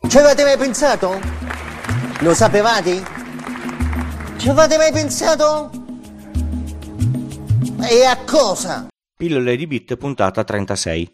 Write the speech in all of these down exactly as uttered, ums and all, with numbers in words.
Ci avete mai pensato? Lo sapevate? Ci avete mai pensato? E a cosa? Pillole di Bit, puntata trentasei.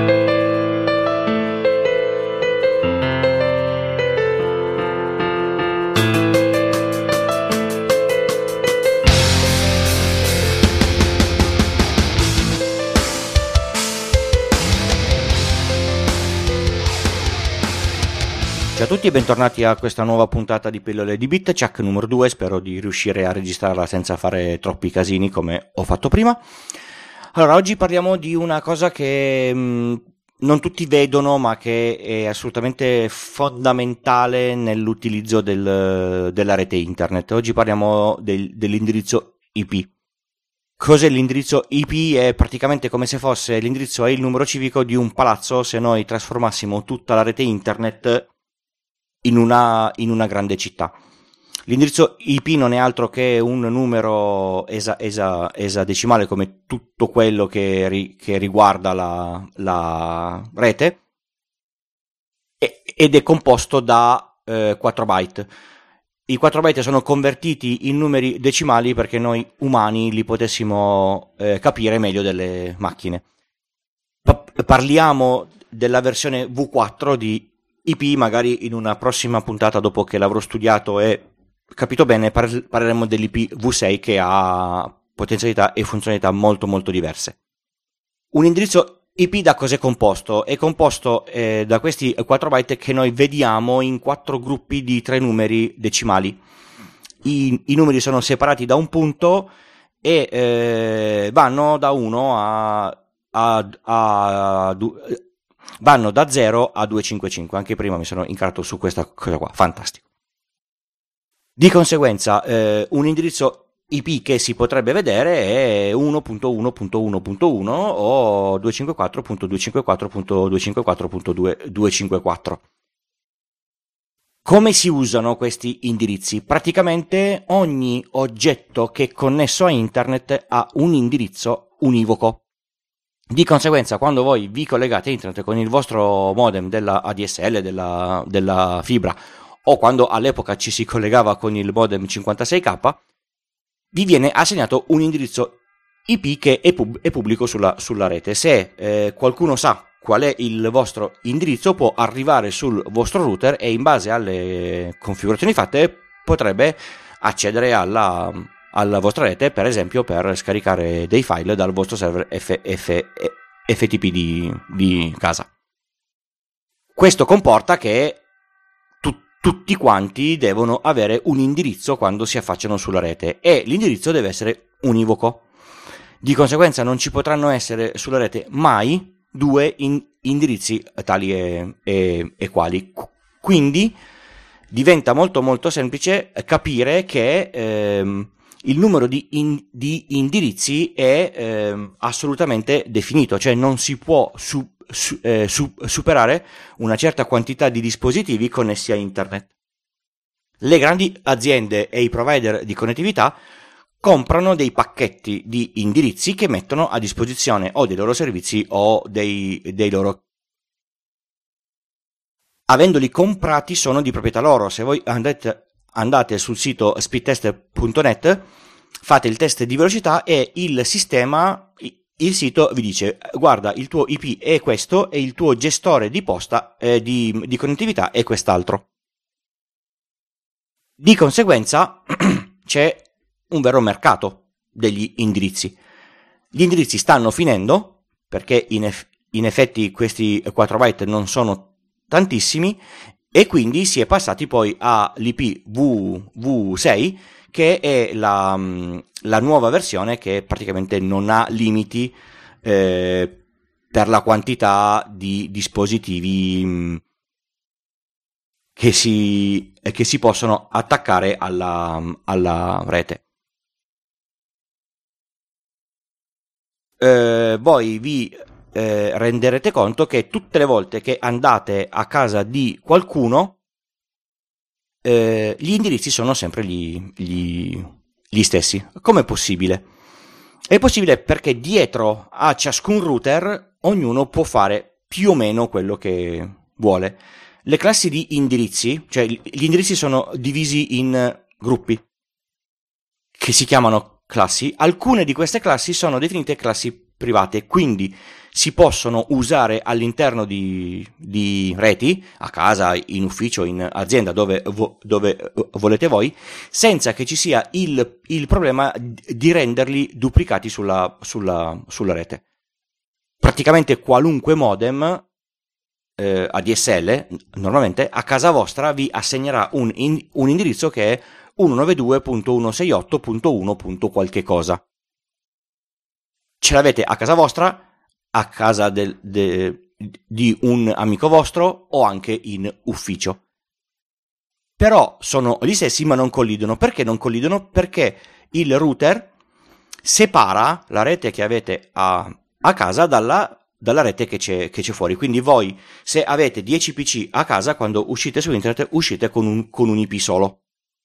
Ciao a tutti e bentornati a questa nuova puntata di Pillole di Bit, Chuck numero due, spero di riuscire a registrarla senza fare troppi casini come ho fatto prima. Allora, oggi parliamo di una cosa che mh, non tutti vedono, ma che è assolutamente fondamentale nell'utilizzo del, della rete internet. Oggi parliamo del, dell'indirizzo I P. Cos'è l'indirizzo I P? È praticamente come se fosse l'indirizzo e il numero civico di un palazzo se noi trasformassimo tutta la rete internet in una, in una grande città. L'indirizzo I P non è altro che un numero esa, esa, esadecimale, come tutto quello che, ri, che riguarda la, la rete, e, ed è composto da eh, quattro byte. I quattro byte sono convertiti in numeri decimali perché noi umani li potessimo eh, capire meglio delle macchine. Pa- parliamo della versione V quattro di I P, magari in una prossima puntata, dopo che l'avrò studiato e capito bene, par- parleremo dell'I P V sei, che ha potenzialità e funzionalità molto molto diverse. Un indirizzo I P da cos'è composto? È composto eh, da questi quattro byte che noi vediamo in quattro gruppi di tre numeri decimali. I, i numeri sono separati da un punto e eh, vanno da uno a, a, a, a vanno da zero a duecentocinquantacinque. Anche prima mi sono incarato su questa cosa qua, fantastico. Di conseguenza eh, un indirizzo I P che si potrebbe vedere è uno punto uno punto uno punto uno o duecentocinquantaquattro punto duecentocinquantaquattro punto duecentocinquantaquattro punto duecentocinquantaquattro. Come si usano questi indirizzi? Praticamente ogni oggetto che è connesso a internet ha un indirizzo univoco. Di conseguenza, quando voi vi collegate a internet con il vostro modem della A D S L, della, della fibra, o quando all'epoca ci si collegava con il modem cinquantasei K, vi viene assegnato un indirizzo I P che è, pub- è pubblico sulla, sulla rete. Se eh, qualcuno sa qual è il vostro indirizzo, può arrivare sul vostro router e in base alle configurazioni fatte potrebbe accedere alla... alla vostra rete, per esempio per scaricare dei file dal vostro server F, F, F T P di, di casa. Questo comporta che tu, tutti quanti devono avere un indirizzo quando si affacciano sulla rete e l'indirizzo deve essere univoco. Di conseguenza non ci potranno essere sulla rete mai due in, indirizzi tali e, e, e quali. Quindi diventa molto molto semplice capire che ehm, il numero di, in, di indirizzi è eh, assolutamente definito, cioè non si può su, su, eh, su, superare una certa quantità di dispositivi connessi a internet. Le grandi aziende e i provider di connettività comprano dei pacchetti di indirizzi che mettono a disposizione o dei loro servizi o dei, dei loro... Avendoli comprati sono di proprietà loro. Se voi andate andate sul sito speedtest punto net, fate il test di velocità e il sistema, il sito vi dice: guarda, il tuo I P è questo e il tuo gestore di posta eh, di, di connettività è quest'altro. Di conseguenza c'è un vero mercato degli indirizzi. Gli indirizzi stanno finendo perché in, eff- in effetti questi quattro byte non sono tantissimi, e quindi si è passati poi all'I P V sei, che è la, la nuova versione che praticamente non ha limiti eh, per la quantità di dispositivi mh, che, si, che si possono attaccare alla, alla rete. Eh, voi vi Eh, renderete conto che tutte le volte che andate a casa di qualcuno eh, gli indirizzi sono sempre gli, gli, gli stessi. Com'è possibile? È possibile perché dietro a ciascun router ognuno può fare più o meno quello che vuole. le classi di indirizzi, cioè gli indirizzi sono divisi in gruppi che si chiamano classi. Alcune di queste classi sono definite classi private, quindi si possono usare all'interno di, di reti, a casa, in ufficio, in azienda, dove, vo, dove volete voi, senza che ci sia il, il problema di renderli duplicati sulla, sulla, sulla rete. Praticamente qualunque modem eh, A D S L, normalmente, a casa vostra vi assegnerà un, in, un indirizzo che è centonovantadue punto centosessantotto punto uno punto qualche cosa. Ce l'avete a casa vostra, a casa del, de, di un amico vostro o anche in ufficio. Però sono gli stessi ma non collidono. Perché non collidono? Perché il router separa la rete che avete a, a casa dalla, dalla rete che c'è, che c'è fuori. Quindi voi, se avete dieci P C a casa, quando uscite su internet uscite con un, con un I P solo.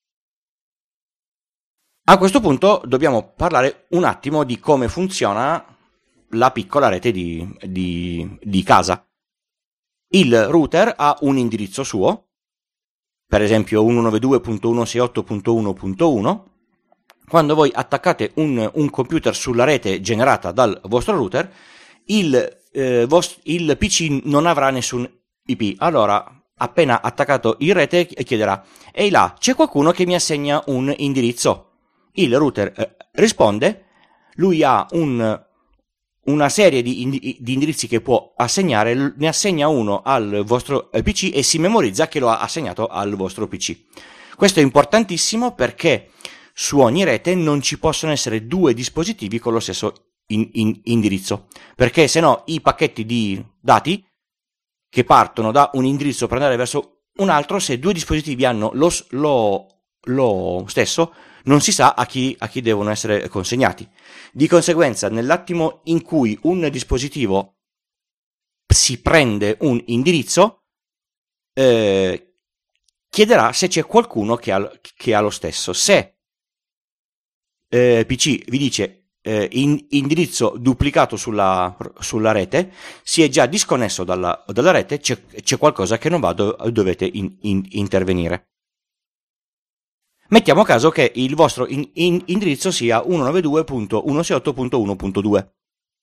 A questo punto dobbiamo parlare un attimo di come funziona la piccola rete di, di, di casa. Il router ha un indirizzo suo, per esempio centonovantadue punto centosessantotto punto uno punto uno. Quando voi attaccate un, un computer sulla rete generata dal vostro router, il, eh, vost- il P C non avrà nessun I P. Allora, appena attaccato in rete, chiederà: ehi là, c'è qualcuno che mi assegna un indirizzo? Il router eh, risponde, lui ha un, una serie di, indi- di indirizzi che può assegnare, ne assegna uno al vostro eh, P C e si memorizza che lo ha assegnato al vostro P C. Questo è importantissimo perché su ogni rete non ci possono essere due dispositivi con lo stesso in- in- indirizzo, perché se no i pacchetti di dati che partono da un indirizzo per andare verso un altro, se due dispositivi hanno lo, lo, lo stesso, non si sa a chi, a chi devono essere consegnati. Di conseguenza, nell'attimo in cui un dispositivo si prende un indirizzo, eh, chiederà se c'è qualcuno che ha, che ha lo stesso. Se eh, P C vi dice eh, in, indirizzo duplicato sulla, sulla rete, si è già disconnesso dalla, dalla rete, c'è, c'è qualcosa che non va, dovete in, in, intervenire. Mettiamo caso che il vostro in, in, indirizzo sia centonovantadue punto centosessantotto punto uno punto due.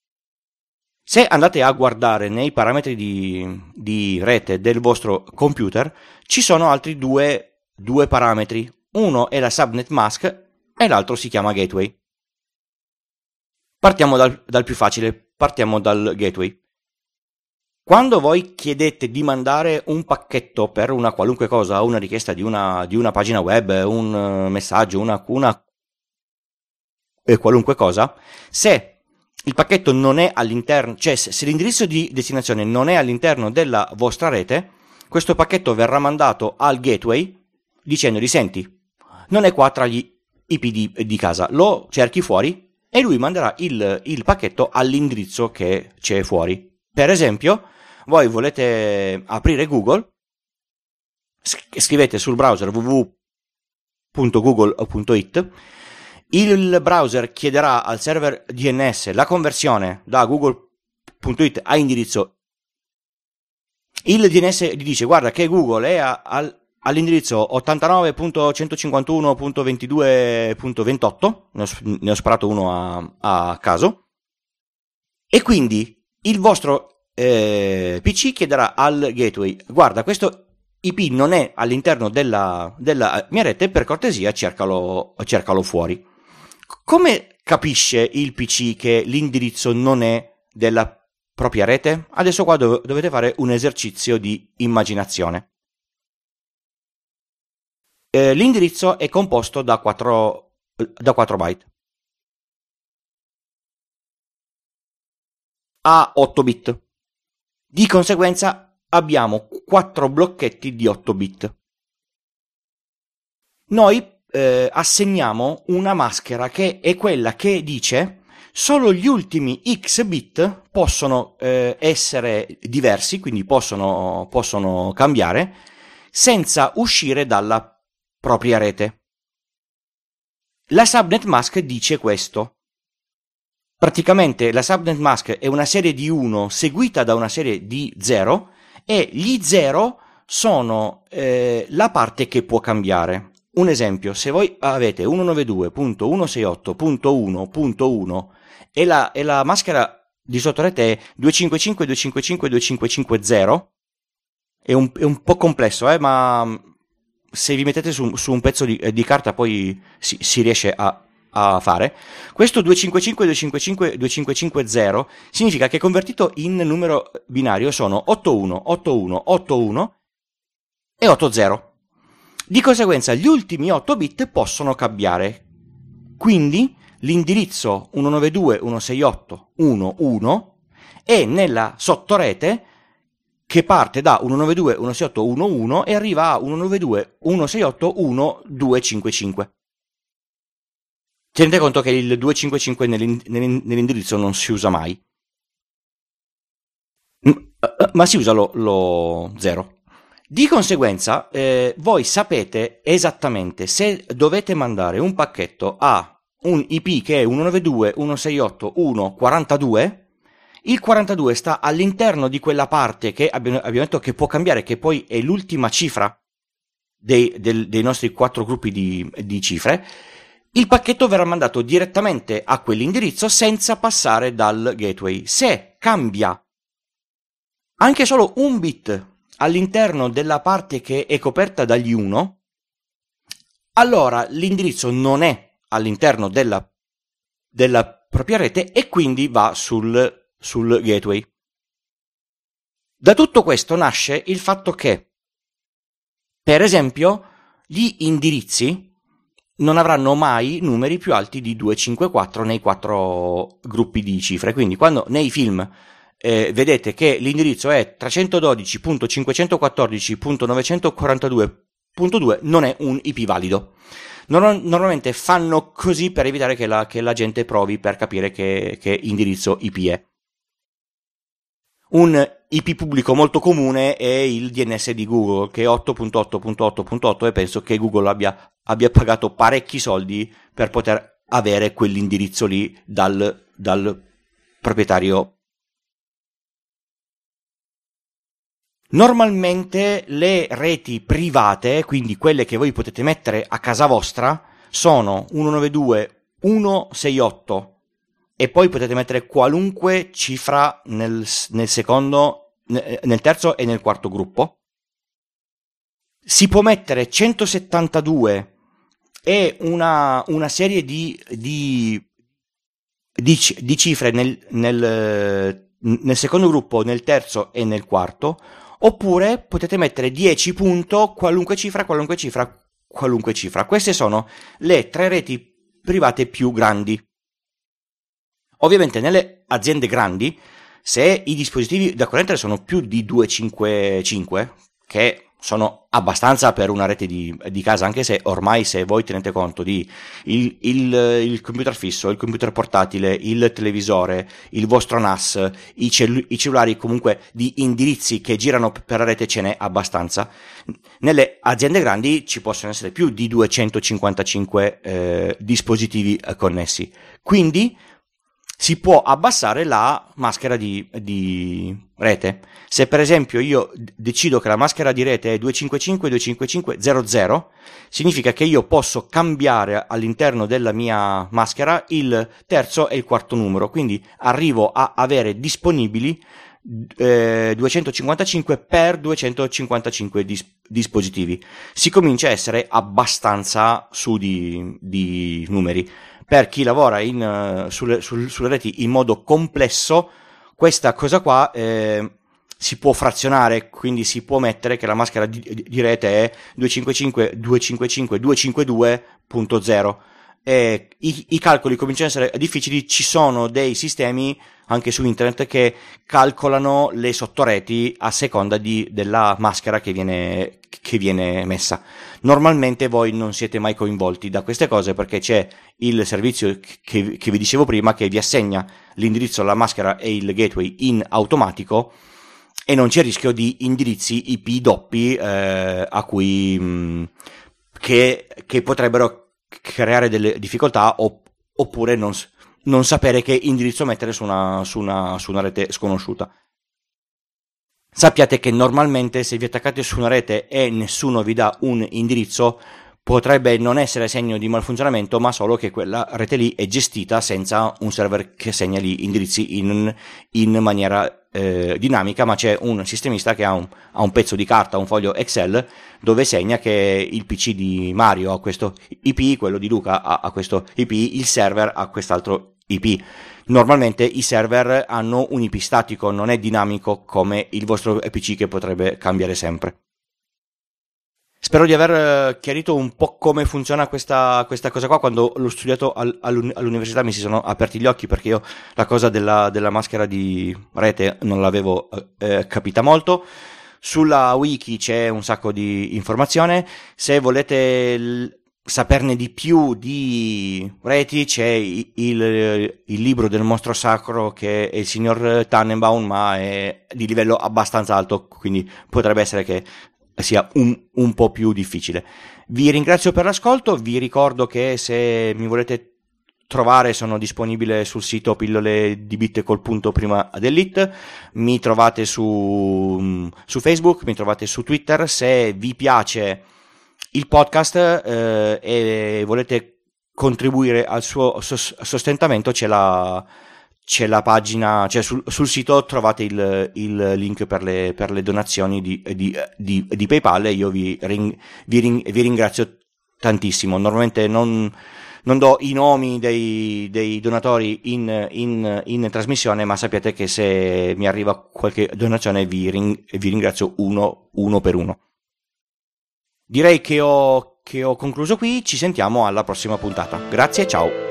Se andate a guardare nei parametri di, di rete del vostro computer, ci sono altri due, due parametri. Uno è la subnet mask e l'altro si chiama gateway. Partiamo dal, dal più facile, partiamo dal gateway. Quando voi chiedete di mandare un pacchetto per una qualunque cosa, una richiesta di una, di una pagina web, un messaggio, una, una eh, qualunque cosa, se il pacchetto non è all'interno, cioè se l'indirizzo di destinazione non è all'interno della vostra rete, questo pacchetto verrà mandato al gateway dicendogli: senti, non è qua tra gli I P di, di casa, lo cerchi fuori e lui manderà il, il pacchetto all'indirizzo che c'è fuori. Per esempio, voi volete aprire Google, scrivete sul browser w w w punto google punto i t, il browser chiederà al server D N S la conversione da google punto i t a indirizzo. Il D N S gli dice: guarda che Google è a, al, all'indirizzo ottantanove punto centocinquantuno punto ventidue punto ventotto, ne ho, ne ho sparato uno a, a caso, e quindi il vostro Eh, P C chiederà al gateway: guarda, questo I P non è all'interno della, della mia rete, per cortesia cercalo, cercalo fuori. Come capisce il P C che l'indirizzo non è della propria rete? Adesso qua dov- dovete fare un esercizio di immaginazione. Eh, l'indirizzo è composto da quattro, da quattro byte. A otto bit. Di conseguenza abbiamo quattro blocchetti di otto bit. Noi eh, assegniamo una maschera che è quella che dice: solo gli ultimi X bit possono eh, essere diversi, quindi possono, possono cambiare, senza uscire dalla propria rete. La subnet mask dice questo. Praticamente la subnet mask è una serie di uno seguita da una serie di zero, e gli zero sono eh, la parte che può cambiare. Un esempio, se voi avete centonovantadue punto centosessantotto punto uno punto uno e la, e la maschera di sottorete è duecentocinquantacinque duecentocinquantacinque duecentocinquanta, è un, è un po' complesso, eh, ma se vi mettete su, su un pezzo di, di carta poi si, si riesce a, a fare. Questo duecentocinquantacinque duecentocinquantacinque duecentocinquanta significa che convertito in numero binario sono ottantuno ottantuno ottantuno e ottanta. Di conseguenza gli ultimi otto bit possono cambiare, quindi l'indirizzo centonovantadue centosessantotto punto uno è nella sottorete che parte da centonovantadue centosessantotto punto uno e arriva a centonovantadue centosessantotto punto duecentocinquantacinque. Tenete conto che il duecentocinquantacinque nell'indirizzo non si usa mai, ma si usa lo, lo zero. Di conseguenza, eh, voi sapete esattamente se dovete mandare un pacchetto a un I P che è centonovantadue centosessantotto punto quarantadue, il quarantadue sta all'interno di quella parte che abbiamo, abbiamo detto che può cambiare, che poi è l'ultima cifra dei, del, dei nostri quattro gruppi di, di cifre. Il pacchetto verrà mandato direttamente a quell'indirizzo senza passare dal gateway. Se cambia anche solo un bit all'interno della parte che è coperta dagli uno, allora l'indirizzo non è all'interno della, della propria rete e quindi va sul, sul gateway. Da tutto questo nasce il fatto che, per esempio, gli indirizzi non avranno mai numeri più alti di duecentocinquantaquattro nei quattro gruppi di cifre. Quindi quando nei film Eh, vedete che l'indirizzo è trecentododici punto cinquecentoquattordici punto novecentoquarantadue punto due, non è un I P valido. Norm- normalmente fanno così per evitare che la, che la gente provi per capire che, che indirizzo I P è. Un I P pubblico molto comune è il D N S di Google, che è otto punto otto punto otto punto otto, e penso che Google abbia, abbia pagato parecchi soldi per poter avere quell'indirizzo lì dal, dal proprietario. Normalmente le reti private, quindi quelle che voi potete mettere a casa vostra, sono centonovantadue centosessantotto e poi potete mettere qualunque cifra nel, nel secondo, nel terzo e nel quarto gruppo. Si può mettere centosettantadue e una, una serie di, di, di, di cifre nel, nel, nel secondo gruppo, nel terzo e nel quarto. Oppure potete mettere dieci punto qualunque cifra, qualunque cifra, qualunque cifra. Queste sono le tre reti private più grandi. Ovviamente nelle aziende grandi, se i dispositivi da corrente sono più di duecentocinquantacinque, che sono abbastanza per una rete di, di casa, anche se ormai, se voi tenete conto di il, il, il computer fisso, il computer portatile, il televisore, il vostro N A S, i, cellu- i cellulari, comunque di indirizzi che girano per la rete ce n'è abbastanza. Nelle aziende grandi ci possono essere più di duecentocinquantacinque eh, dispositivi connessi, quindi si può abbassare la maschera di, di rete. Se per esempio io decido che la maschera di rete è duecentocinquantacinque duecentocinquantacinque zero zero, significa che io posso cambiare all'interno della mia maschera il terzo e il quarto numero, quindi arrivo a avere disponibili eh, duecentocinquantacinque per duecentocinquantacinque dis- dispositivi. Si comincia a essere abbastanza su di, di numeri. Per chi lavora in, uh, sulle, sul, sulle reti in modo complesso, questa cosa qua eh, si può frazionare, quindi si può mettere che la maschera di, di rete è duecentocinquantacinque duecentocinquantacinque duecentocinquantadue punto zero. E i, i calcoli cominciano ad essere difficili. Ci sono dei sistemi anche su internet che calcolano le sottoreti a seconda di, della maschera che viene, che viene messa. Normalmente voi non siete mai coinvolti da queste cose, perché c'è il servizio che, che vi dicevo prima, che vi assegna l'indirizzo, la maschera e il gateway in automatico, e non c'è rischio di indirizzi I P doppi eh, a cui mh, che, che potrebbero creare delle difficoltà, opp- oppure non, non sapere che indirizzo mettere su una, su una, su una rete sconosciuta. sappiate che normalmente se vi attaccate su una rete e nessuno vi dà un indirizzo, potrebbe non essere segno di malfunzionamento, ma solo che quella rete lì è gestita senza un server che segna gli indirizzi in, in maniera eh, dinamica, ma c'è un sistemista che ha un, ha un pezzo di carta, un foglio Excel, dove segna che il P C di Mario ha questo I P, quello di Luca ha, ha questo I P, il server ha quest'altro I P. Normalmente i server hanno un I P statico, non è dinamico come il vostro P C che potrebbe cambiare sempre. Spero di aver chiarito un po' come funziona questa, questa cosa qua. Quando l'ho studiato al, all'università mi si sono aperti gli occhi, perché io la cosa della, della maschera di rete non l'avevo eh, capita molto. Sulla wiki c'è un sacco di informazione. Se volete l- saperne di più di reti, c'è il, il, il libro del mostro sacro, che è il signor Tannenbaum, ma è di livello abbastanza alto, quindi potrebbe essere che sia un, un po' più difficile. Vi ringrazio per l'ascolto, vi ricordo che se mi volete trovare sono disponibile sul sito pillole di bit col punto prima dell'it, mi trovate su, su Facebook, mi trovate su Twitter. Se vi piace il podcast eh, e volete contribuire al suo sostentamento, c'è la c'è la pagina, cioè sul, sul sito trovate il, il link per le, per le donazioni di, di, di, di PayPal, e io vi, ring, vi, ring, vi ringrazio tantissimo. Normalmente non, non do i nomi dei, dei donatori in, in, in trasmissione, ma sappiate che se mi arriva qualche donazione vi, ring, vi ringrazio uno, uno per uno. Direi che ho, che ho concluso qui, ci sentiamo alla prossima puntata. Grazie, ciao!